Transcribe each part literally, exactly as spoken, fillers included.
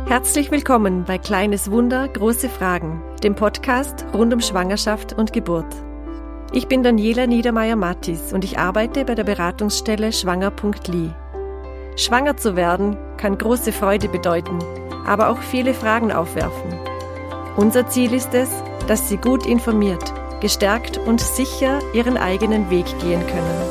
Herzlich willkommen bei Kleines Wunder, große Fragen, dem Podcast rund um Schwangerschaft und Geburt. Ich bin Daniela Niedermeyer-Mattis und ich arbeite bei der Beratungsstelle schwanger punkt l i. Schwanger zu werden kann große Freude bedeuten, aber auch viele Fragen aufwerfen. Unser Ziel ist es, dass Sie gut informiert, gestärkt und sicher Ihren eigenen Weg gehen können.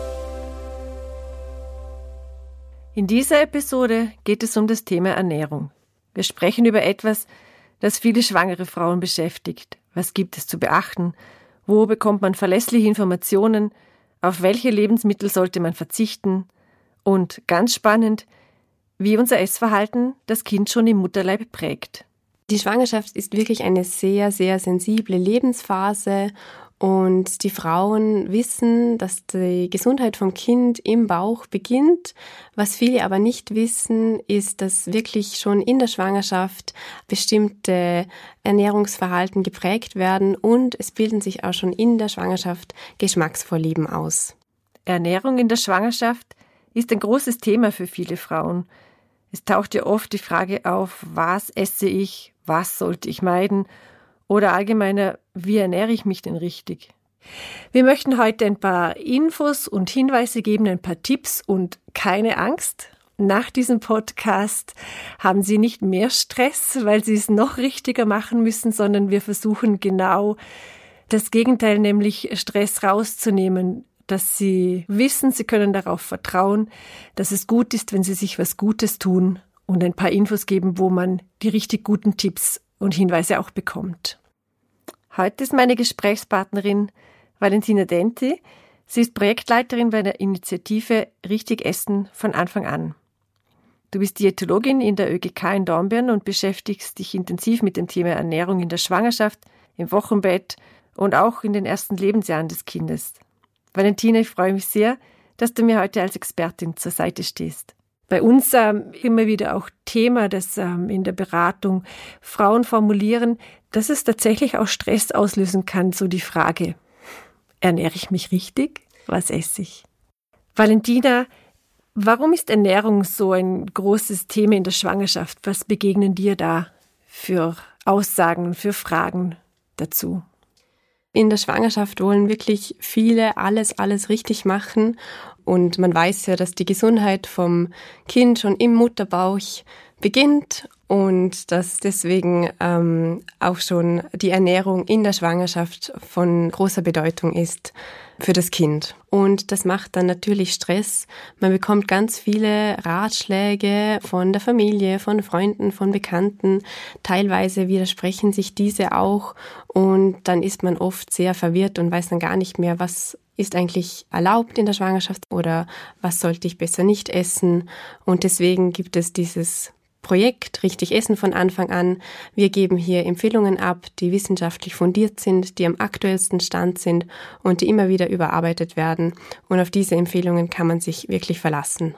In dieser Episode geht es um das Thema Ernährung. Wir sprechen über etwas, das viele schwangere Frauen beschäftigt. Was gibt es zu beachten? Wo bekommt man verlässliche Informationen? Auf welche Lebensmittel sollte man verzichten? Und ganz spannend, wie unser Essverhalten das Kind schon im Mutterleib prägt. Die Schwangerschaft ist wirklich eine sehr, sehr sensible Lebensphase und die Frauen wissen, dass die Gesundheit vom Kind im Bauch beginnt. Was viele aber nicht wissen, ist, dass wirklich schon in der Schwangerschaft bestimmte Ernährungsverhalten geprägt werden und es bilden sich auch schon in der Schwangerschaft Geschmacksvorlieben aus. Ernährung in der Schwangerschaft ist ein großes Thema für viele Frauen. Es taucht ja oft die Frage auf, was esse ich, was sollte ich meiden oder allgemeiner, wie ernähre ich mich denn richtig? Wir möchten heute ein paar Infos und Hinweise geben, ein paar Tipps und keine Angst. Nach diesem Podcast haben Sie nicht mehr Stress, weil Sie es noch richtiger machen müssen, sondern wir versuchen genau das Gegenteil, nämlich Stress rauszunehmen, dass Sie wissen, Sie können darauf vertrauen, dass es gut ist, wenn Sie sich was Gutes tun und ein paar Infos geben, wo man die richtig guten Tipps und Hinweise auch bekommt. Heute ist meine Gesprächspartnerin Valentina Denti. Sie ist Projektleiterin bei der Initiative Richtig Essen von Anfang an. Du bist Diätologin in der Ö G K in Dornbirn und beschäftigst dich intensiv mit dem Thema Ernährung in der Schwangerschaft, im Wochenbett und auch in den ersten Lebensjahren des Kindes. Valentina, ich freue mich sehr, dass du mir heute als Expertin zur Seite stehst. Bei uns ähm, immer wieder auch Thema, das ähm, in der Beratung Frauen formulieren, dass es tatsächlich auch Stress auslösen kann, so die Frage, ernähre ich mich richtig? Was esse ich? Valentina, warum ist Ernährung so ein großes Thema in der Schwangerschaft? Was begegnen dir da für Aussagen, für Fragen dazu? In der Schwangerschaft wollen wirklich viele alles, alles richtig machen. Und man weiß ja, dass die Gesundheit vom Kind schon im Mutterbauch beginnt und dass deswegen ähm, auch schon die Ernährung in der Schwangerschaft von großer Bedeutung ist für das Kind. Und das macht dann natürlich Stress. Man bekommt ganz viele Ratschläge von der Familie, von Freunden, von Bekannten. Teilweise widersprechen sich diese auch und dann ist man oft sehr verwirrt und weiß dann gar nicht mehr, was ist eigentlich erlaubt in der Schwangerschaft oder was sollte ich besser nicht essen. Und deswegen gibt es dieses Projekt Richtig Essen von Anfang an. Wir geben hier Empfehlungen ab, die wissenschaftlich fundiert sind, die am aktuellsten Stand sind und die immer wieder überarbeitet werden. Und auf diese Empfehlungen kann man sich wirklich verlassen.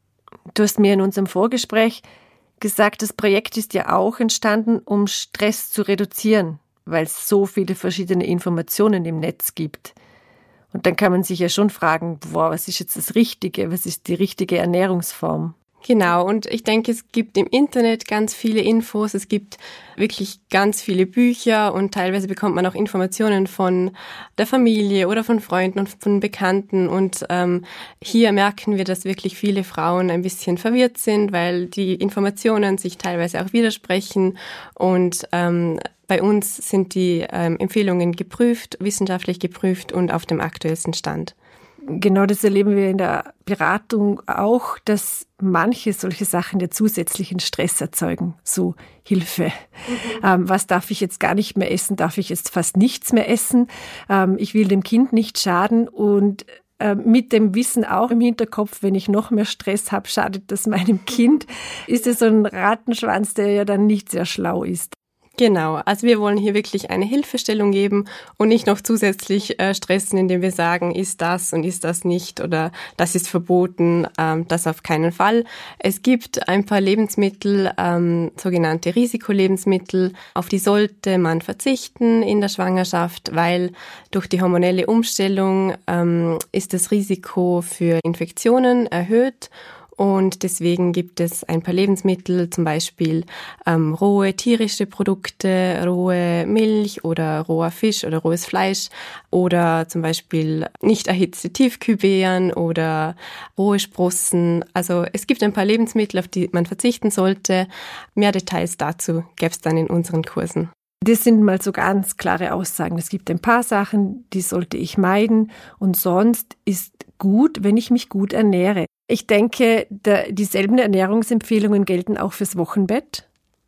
Du hast mir in unserem Vorgespräch gesagt, das Projekt ist ja auch entstanden, um Stress zu reduzieren, weil es so viele verschiedene Informationen im Netz gibt. Und dann kann man sich ja schon fragen, boah, was ist jetzt das Richtige? Was ist die richtige Ernährungsform? Genau, und ich denke, es gibt im Internet ganz viele Infos, es gibt wirklich ganz viele Bücher und teilweise bekommt man auch Informationen von der Familie oder von Freunden und von Bekannten. Und ähm, hier merken wir, dass wirklich viele Frauen ein bisschen verwirrt sind, weil die Informationen sich teilweise auch widersprechen. Und ähm, bei uns sind die ähm, Empfehlungen geprüft, wissenschaftlich geprüft und auf dem aktuellsten Stand. Genau das erleben wir in der Beratung auch, dass manche solche Sachen ja zusätzlichen Stress erzeugen. So Hilfe. Mhm. Ähm, was darf ich jetzt gar nicht mehr essen? Darf ich jetzt fast nichts mehr essen? Ähm, ich will dem Kind nicht schaden und äh, mit dem Wissen auch im Hinterkopf, wenn ich noch mehr Stress habe, schadet das meinem Kind. Ist es so ein Rattenschwanz, der ja dann nicht sehr schlau ist. Genau, also wir wollen hier wirklich eine Hilfestellung geben und nicht noch zusätzlich äh, stressen, indem wir sagen, ist das und ist das nicht oder das ist verboten, ähm, das auf keinen Fall. Es gibt ein paar Lebensmittel, ähm, sogenannte Risikolebensmittel, auf die sollte man verzichten in der Schwangerschaft, weil durch die hormonelle Umstellung ähm, ist das Risiko für Infektionen erhöht. Und deswegen gibt es ein paar Lebensmittel, zum Beispiel ähm, rohe tierische Produkte, rohe Milch oder roher Fisch oder rohes Fleisch oder zum Beispiel nicht erhitzte Tiefkühlbeeren oder rohe Sprossen. Also es gibt ein paar Lebensmittel, auf die man verzichten sollte. Mehr Details dazu gäbe es dann in unseren Kursen. Das sind mal so ganz klare Aussagen. Es gibt ein paar Sachen, die sollte ich meiden und sonst ist gut, wenn ich mich gut ernähre. Ich denke, der, dieselben Ernährungsempfehlungen gelten auch fürs Wochenbett.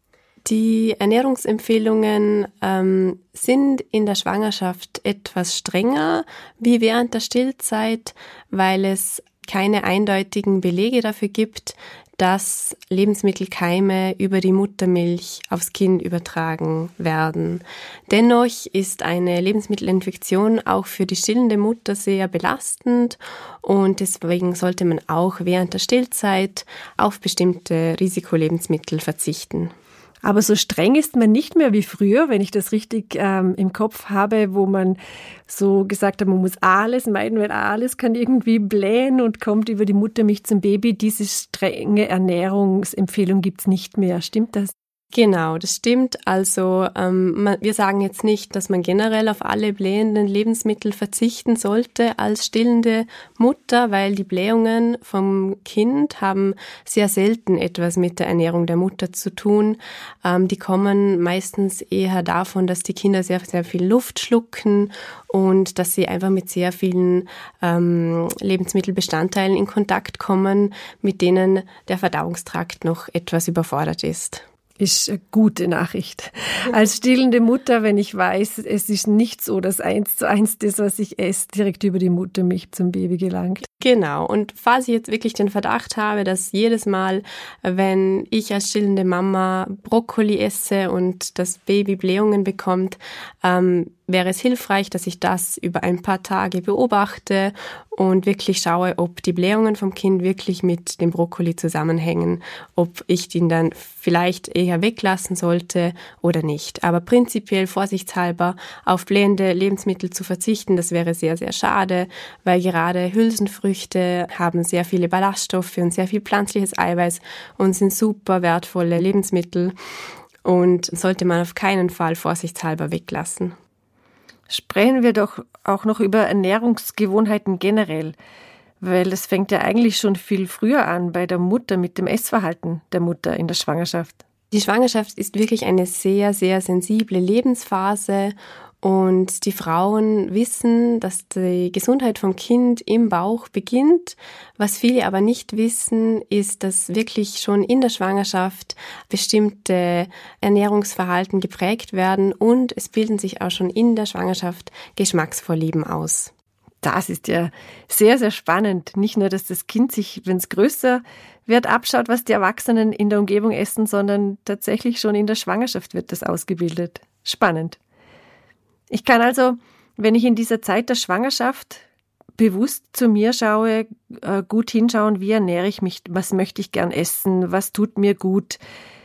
Die Ernährungsempfehlungen ähm, sind in der Schwangerschaft etwas strenger wie während der Stillzeit, weil es keine eindeutigen Belege dafür gibt, dass Lebensmittelkeime über die Muttermilch aufs Kind übertragen werden. Dennoch ist eine Lebensmittelinfektion auch für die stillende Mutter sehr belastend und deswegen sollte man auch während der Stillzeit auf bestimmte Risikolebensmittel verzichten. Aber so streng ist man nicht mehr wie früher, wenn ich das richtig ähm, im Kopf habe, wo man so gesagt hat, man muss alles meiden, weil alles kann irgendwie blähen und kommt über die Muttermilch zum Baby. Diese strenge Ernährungsempfehlung gibt's nicht mehr. Stimmt das? Genau, das stimmt. Also ähm, man, wir sagen jetzt nicht, dass man generell auf alle blähenden Lebensmittel verzichten sollte als stillende Mutter, weil die Blähungen vom Kind haben sehr selten etwas mit der Ernährung der Mutter zu tun. Ähm, die kommen meistens eher davon, dass die Kinder sehr, sehr viel Luft schlucken und dass sie einfach mit sehr vielen ähm, Lebensmittelbestandteilen in Kontakt kommen, mit denen der Verdauungstrakt noch etwas überfordert ist. Ist eine gute Nachricht. Als stillende Mutter, wenn ich weiß, es ist nicht so, dass eins zu eins das, was ich esse, direkt über die Muttermilch zum Baby gelangt. Genau. Und falls ich jetzt wirklich den Verdacht habe, dass jedes Mal, wenn ich als stillende Mama Brokkoli esse und das Baby Blähungen bekommt, ähm, wäre es hilfreich, dass ich das über ein paar Tage beobachte und wirklich schaue, ob die Blähungen vom Kind wirklich mit dem Brokkoli zusammenhängen, ob ich den dann vielleicht eher weglassen sollte oder nicht. Aber prinzipiell vorsichtshalber auf blähende Lebensmittel zu verzichten, das wäre sehr, sehr schade, weil gerade Hülsenfrüchte haben sehr viele Ballaststoffe und sehr viel pflanzliches Eiweiß und sind super wertvolle Lebensmittel und sollte man auf keinen Fall vorsichtshalber weglassen. Sprechen wir doch auch noch über Ernährungsgewohnheiten generell, weil das fängt ja eigentlich schon viel früher an bei der Mutter mit dem Essverhalten der Mutter in der Schwangerschaft. Die Schwangerschaft ist wirklich eine sehr, sehr sensible Lebensphase und die Frauen wissen, dass die Gesundheit vom Kind im Bauch beginnt. Was viele aber nicht wissen, ist, dass wirklich schon in der Schwangerschaft bestimmte Ernährungsverhalten geprägt werden und es bilden sich auch schon in der Schwangerschaft Geschmacksvorlieben aus. Das ist ja sehr, sehr spannend. Nicht nur, dass das Kind sich, wenn es größer wird, abschaut, was die Erwachsenen in der Umgebung essen, sondern tatsächlich schon in der Schwangerschaft wird das ausgebildet. Spannend. Ich kann also, wenn ich in dieser Zeit der Schwangerschaft bewusst zu mir schaue, gut hinschauen, wie ernähre ich mich, was möchte ich gern essen, was tut mir gut.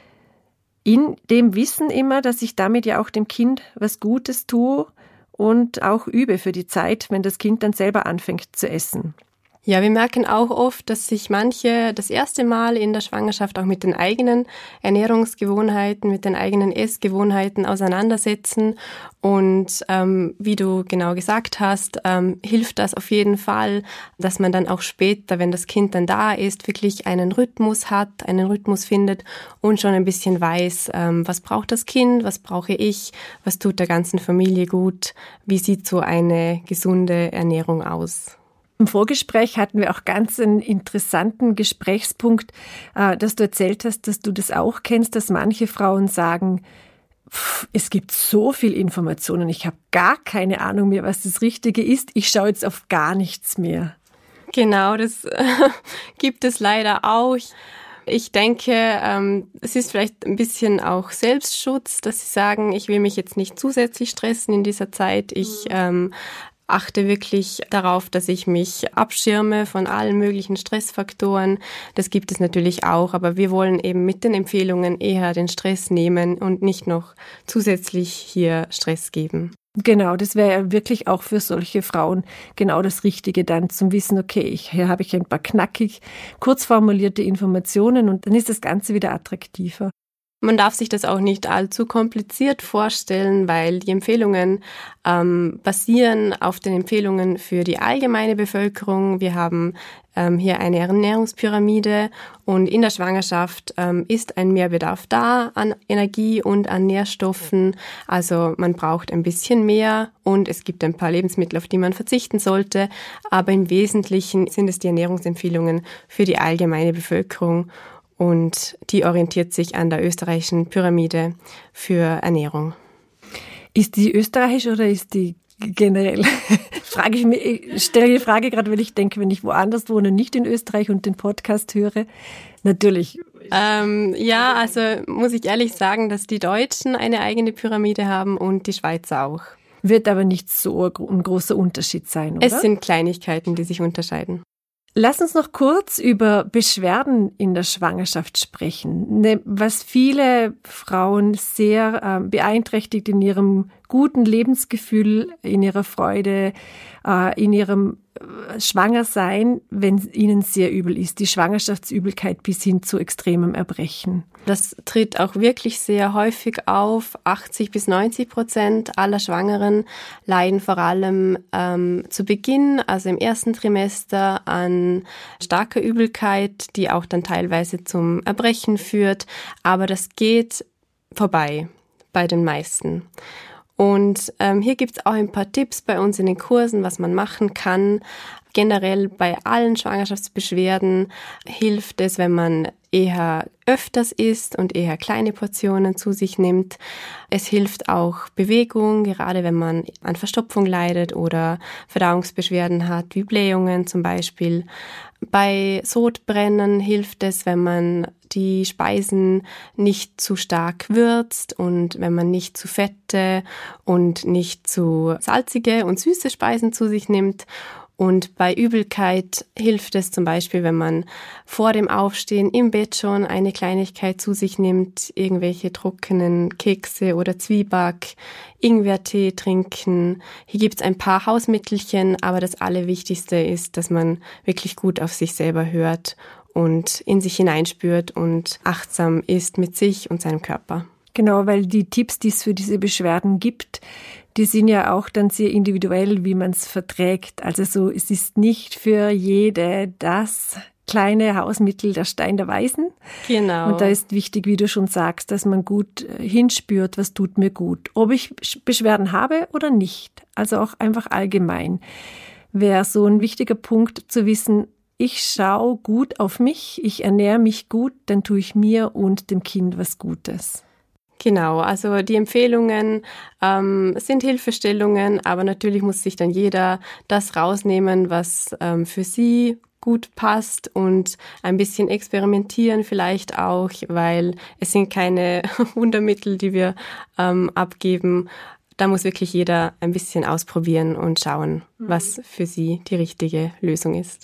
In dem Wissen immer, dass ich damit ja auch dem Kind was Gutes tue und auch übe für die Zeit, wenn das Kind dann selber anfängt zu essen. Ja, wir merken auch oft, dass sich manche das erste Mal in der Schwangerschaft auch mit den eigenen Ernährungsgewohnheiten, mit den eigenen Essgewohnheiten auseinandersetzen. Und ähm, wie du genau gesagt hast, ähm, hilft das auf jeden Fall, dass man dann auch später, wenn das Kind dann da ist, wirklich einen Rhythmus hat, einen Rhythmus findet und schon ein bisschen weiß, ähm, was braucht das Kind, was brauche ich, was tut der ganzen Familie gut, wie sieht so eine gesunde Ernährung aus. Im Vorgespräch hatten wir auch ganz einen interessanten Gesprächspunkt, dass du erzählt hast, dass du das auch kennst, dass manche Frauen sagen, pff, es gibt so viel Informationen, ich habe gar keine Ahnung mehr, was das Richtige ist, ich schaue jetzt auf gar nichts mehr. Genau, das äh, gibt es leider auch. Ich denke, ähm, es ist vielleicht ein bisschen auch Selbstschutz, dass sie sagen, ich will mich jetzt nicht zusätzlich stressen in dieser Zeit, ich ähm, achte wirklich darauf, dass ich mich abschirme von allen möglichen Stressfaktoren. Das gibt es natürlich auch, aber wir wollen eben mit den Empfehlungen eher den Stress nehmen und nicht noch zusätzlich hier Stress geben. Genau, das wäre ja wirklich auch für solche Frauen genau das Richtige, dann zum Wissen, okay, ich, hier habe ich ein paar knackig, kurz formulierte Informationen und dann ist das Ganze wieder attraktiver. Man darf sich das auch nicht allzu kompliziert vorstellen, weil die Empfehlungen ähm, basieren auf den Empfehlungen für die allgemeine Bevölkerung. Wir haben ähm, hier eine Ernährungspyramide und in der Schwangerschaft ähm, ist ein Mehrbedarf da an Energie und an Nährstoffen. Also man braucht ein bisschen mehr und es gibt ein paar Lebensmittel, auf die man verzichten sollte. Aber im Wesentlichen sind es die Ernährungsempfehlungen für die allgemeine Bevölkerung. Und die orientiert sich an der österreichischen Pyramide für Ernährung. Ist die österreichisch oder ist die generell? Frage ich mir, ich stelle die Frage gerade, weil ich denke, wenn ich woanders wohne, nicht in Österreich und den Podcast höre, natürlich. Ähm, ja, also muss ich ehrlich sagen, dass die Deutschen eine eigene Pyramide haben und die Schweizer auch. Wird aber nicht so ein großer Unterschied sein, oder? Es sind Kleinigkeiten, die sich unterscheiden. Lass uns noch kurz über Beschwerden in der Schwangerschaft sprechen, was viele Frauen sehr äh, beeinträchtigt in ihrem guten Lebensgefühl, in ihrer Freude, äh, in ihrem Schwangersein, wenn ihnen sehr übel ist, die Schwangerschaftsübelkeit bis hin zu extremem Erbrechen. Das tritt auch wirklich sehr häufig auf. achtzig bis neunzig Prozent aller Schwangeren leiden vor allem ähm, zu Beginn, also im ersten Trimester, an starker Übelkeit, die auch dann teilweise zum Erbrechen führt. Aber das geht vorbei bei den meisten. Und ähm, hier gibt's auch ein paar Tipps bei uns in den Kursen, was man machen kann. Generell bei allen Schwangerschaftsbeschwerden hilft es, wenn man eher öfters isst und eher kleine Portionen zu sich nimmt. Es hilft auch Bewegung, gerade wenn man an Verstopfung leidet oder Verdauungsbeschwerden hat, wie Blähungen zum Beispiel. Bei Sodbrennen hilft es, wenn man die Speisen nicht zu stark würzt und wenn man nicht zu fette und nicht zu salzige und süße Speisen zu sich nimmt. Und bei Übelkeit hilft es zum Beispiel, wenn man vor dem Aufstehen im Bett schon eine Kleinigkeit zu sich nimmt, irgendwelche trockenen Kekse oder Zwieback, Ingwertee trinken. Hier gibt's ein paar Hausmittelchen, aber das Allerwichtigste ist, dass man wirklich gut auf sich selber hört und in sich hineinspürt und achtsam ist mit sich und seinem Körper. Genau, weil die Tipps, die es für diese Beschwerden gibt, die sind ja auch dann sehr individuell, wie man es verträgt. Also so, es ist nicht für jede das kleine Hausmittel der Stein der Weisen. Genau. Und da ist wichtig, wie du schon sagst, dass man gut hinspürt, was tut mir gut. Ob ich Beschwerden habe oder nicht. Also auch einfach allgemein. Wäre so ein wichtiger Punkt zu wissen, ich schaue gut auf mich, ich ernähre mich gut, dann tue ich mir und dem Kind was Gutes. Genau, also die Empfehlungen ähm, sind Hilfestellungen, aber natürlich muss sich dann jeder das rausnehmen, was ähm, für sie gut passt und ein bisschen experimentieren vielleicht auch, weil es sind keine Wundermittel, die wir ähm, abgeben. Da muss wirklich jeder ein bisschen ausprobieren und schauen, was für sie die richtige Lösung ist.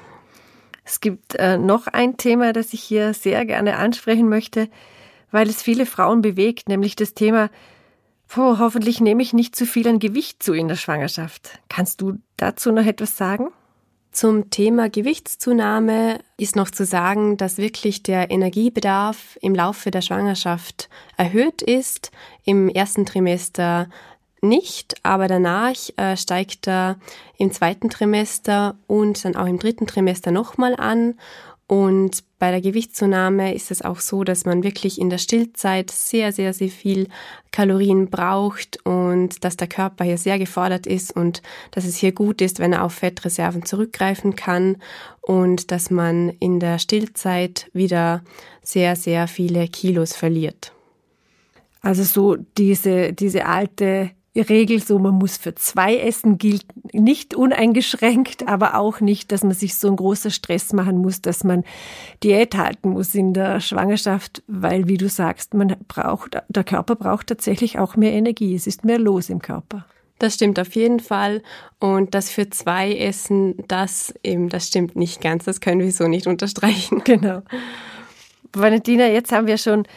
Es gibt äh, noch ein Thema, das ich hier sehr gerne ansprechen möchte, weil es viele Frauen bewegt, nämlich das Thema, oh, hoffentlich nehme ich nicht zu viel an Gewicht zu in der Schwangerschaft. Kannst du dazu noch etwas sagen? Zum Thema Gewichtszunahme ist noch zu sagen, dass wirklich der Energiebedarf im Laufe der Schwangerschaft erhöht ist. Im ersten Trimester nicht, aber danach äh, steigt er im zweiten Trimester und dann auch im dritten Trimester nochmal an. Und bei der Gewichtszunahme ist es auch so, dass man wirklich in der Stillzeit sehr, sehr, sehr viel Kalorien braucht und dass der Körper hier sehr gefordert ist und dass es hier gut ist, wenn er auf Fettreserven zurückgreifen kann und dass man in der Stillzeit wieder sehr, sehr viele Kilos verliert. Also so diese, diese alte Regel, so man muss für zwei essen, gilt nicht uneingeschränkt, aber auch nicht, dass man sich so ein großer Stress machen muss, dass man Diät halten muss in der Schwangerschaft, weil, wie du sagst, man braucht, der Körper braucht tatsächlich auch mehr Energie. Es ist mehr los im Körper. Das stimmt auf jeden Fall. Und das für zwei Essen, das eben, das stimmt nicht ganz. Das können wir so nicht unterstreichen. Genau. Valentina, jetzt haben wir schon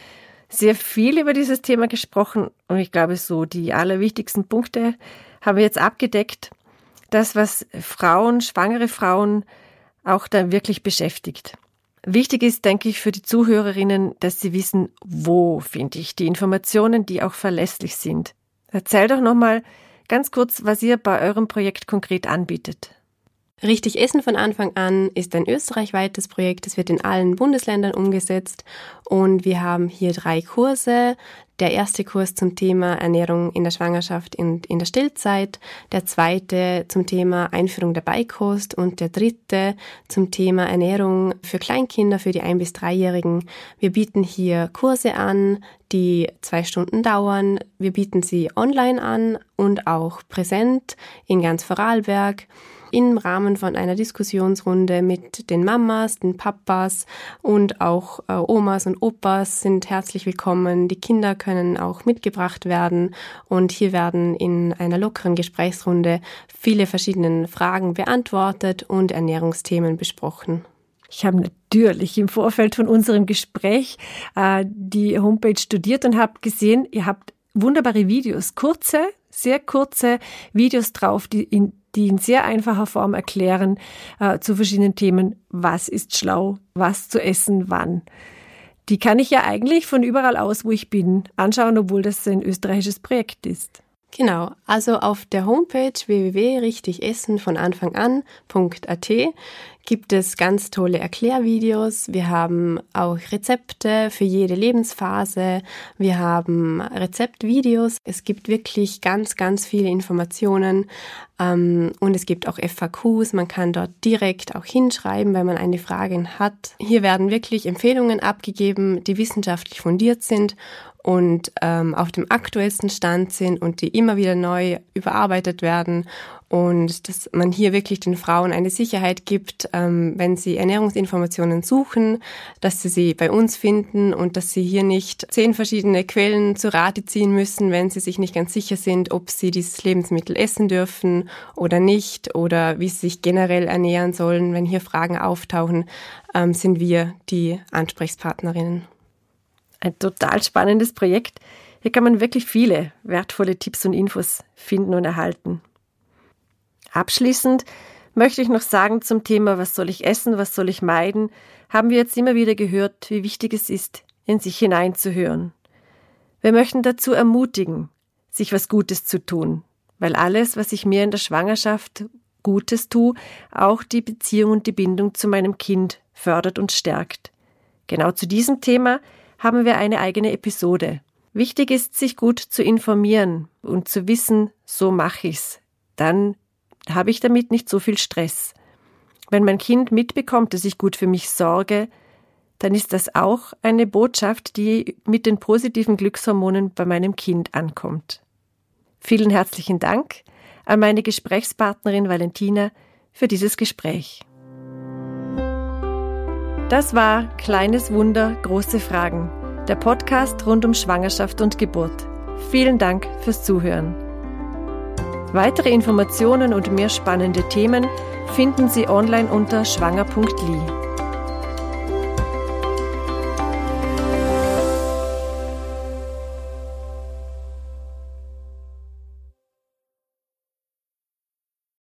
sehr viel über dieses Thema gesprochen und ich glaube, so die allerwichtigsten Punkte haben wir jetzt abgedeckt. Das, was Frauen, schwangere Frauen auch dann wirklich beschäftigt. Wichtig ist, denke ich, für die Zuhörerinnen, dass sie wissen, wo finde ich die Informationen, die auch verlässlich sind. Erzähl doch nochmal ganz kurz, was ihr bei eurem Projekt konkret anbietet. Richtig Essen von Anfang an ist ein österreichweites Projekt. Es wird in allen Bundesländern umgesetzt und wir haben hier drei Kurse. Der erste Kurs zum Thema Ernährung in der Schwangerschaft und in der Stillzeit, der zweite zum Thema Einführung der Beikost und der dritte zum Thema Ernährung für Kleinkinder, für die ein- bis dreijährigen. Wir bieten hier Kurse an, die zwei Stunden dauern. Wir bieten sie online an und auch präsent in ganz Vorarlberg, im Rahmen von einer Diskussionsrunde mit den Mamas, den Papas und auch äh, Omas und Opas sind herzlich willkommen. Die Kinder können auch mitgebracht werden und hier werden in einer lockeren Gesprächsrunde viele verschiedene Fragen beantwortet und Ernährungsthemen besprochen. Ich habe natürlich im Vorfeld von unserem Gespräch äh, die Homepage studiert und habe gesehen, ihr habt wunderbare Videos, kurze, sehr kurze Videos drauf, die in die in sehr einfacher Form erklären äh, zu verschiedenen Themen, was ist schlau, was zu essen, wann. Die kann ich ja eigentlich von überall aus, wo ich bin, anschauen, obwohl das ein österreichisches Projekt ist. Genau, also auf der Homepage w w w punkt richtigessen von Anfang an punkt a t gibt es ganz tolle Erklärvideos. Wir haben auch Rezepte für jede Lebensphase. Wir haben Rezeptvideos. Es gibt wirklich ganz, ganz viele Informationen ähm, und es gibt auch F A Qs. Man kann dort direkt auch hinschreiben, wenn man eine Frage hat. Hier werden wirklich Empfehlungen abgegeben, die wissenschaftlich fundiert sind und ähm, auf dem aktuellsten Stand sind und die immer wieder neu überarbeitet werden und dass man hier wirklich den Frauen eine Sicherheit gibt, ähm, wenn sie Ernährungsinformationen suchen, dass sie sie bei uns finden und dass sie hier nicht zehn verschiedene Quellen zu Rate ziehen müssen, wenn sie sich nicht ganz sicher sind, ob sie dieses Lebensmittel essen dürfen oder nicht oder wie sie sich generell ernähren sollen. Wenn hier Fragen auftauchen, ähm, sind wir die Ansprechpartnerinnen. Ein total spannendes Projekt. Hier kann man wirklich viele wertvolle Tipps und Infos finden und erhalten. Abschließend möchte ich noch sagen zum Thema, was soll ich essen, was soll ich meiden, haben wir jetzt immer wieder gehört, wie wichtig es ist, in sich hineinzuhören. Wir möchten dazu ermutigen, sich was Gutes zu tun, weil alles, was ich mir in der Schwangerschaft Gutes tue, auch die Beziehung und die Bindung zu meinem Kind fördert und stärkt. Genau zu diesem Thema haben wir eine eigene Episode. Wichtig ist, sich gut zu informieren und zu wissen, so mache ich's. Dann habe ich damit nicht so viel Stress. Wenn mein Kind mitbekommt, dass ich gut für mich sorge, dann ist das auch eine Botschaft, die mit den positiven Glückshormonen bei meinem Kind ankommt. Vielen herzlichen Dank an meine Gesprächspartnerin Valentina für dieses Gespräch. Das war Kleines Wunder, große Fragen, der Podcast rund um Schwangerschaft und Geburt. Vielen Dank fürs Zuhören. Weitere Informationen und mehr spannende Themen finden Sie online unter schwanger punkt li.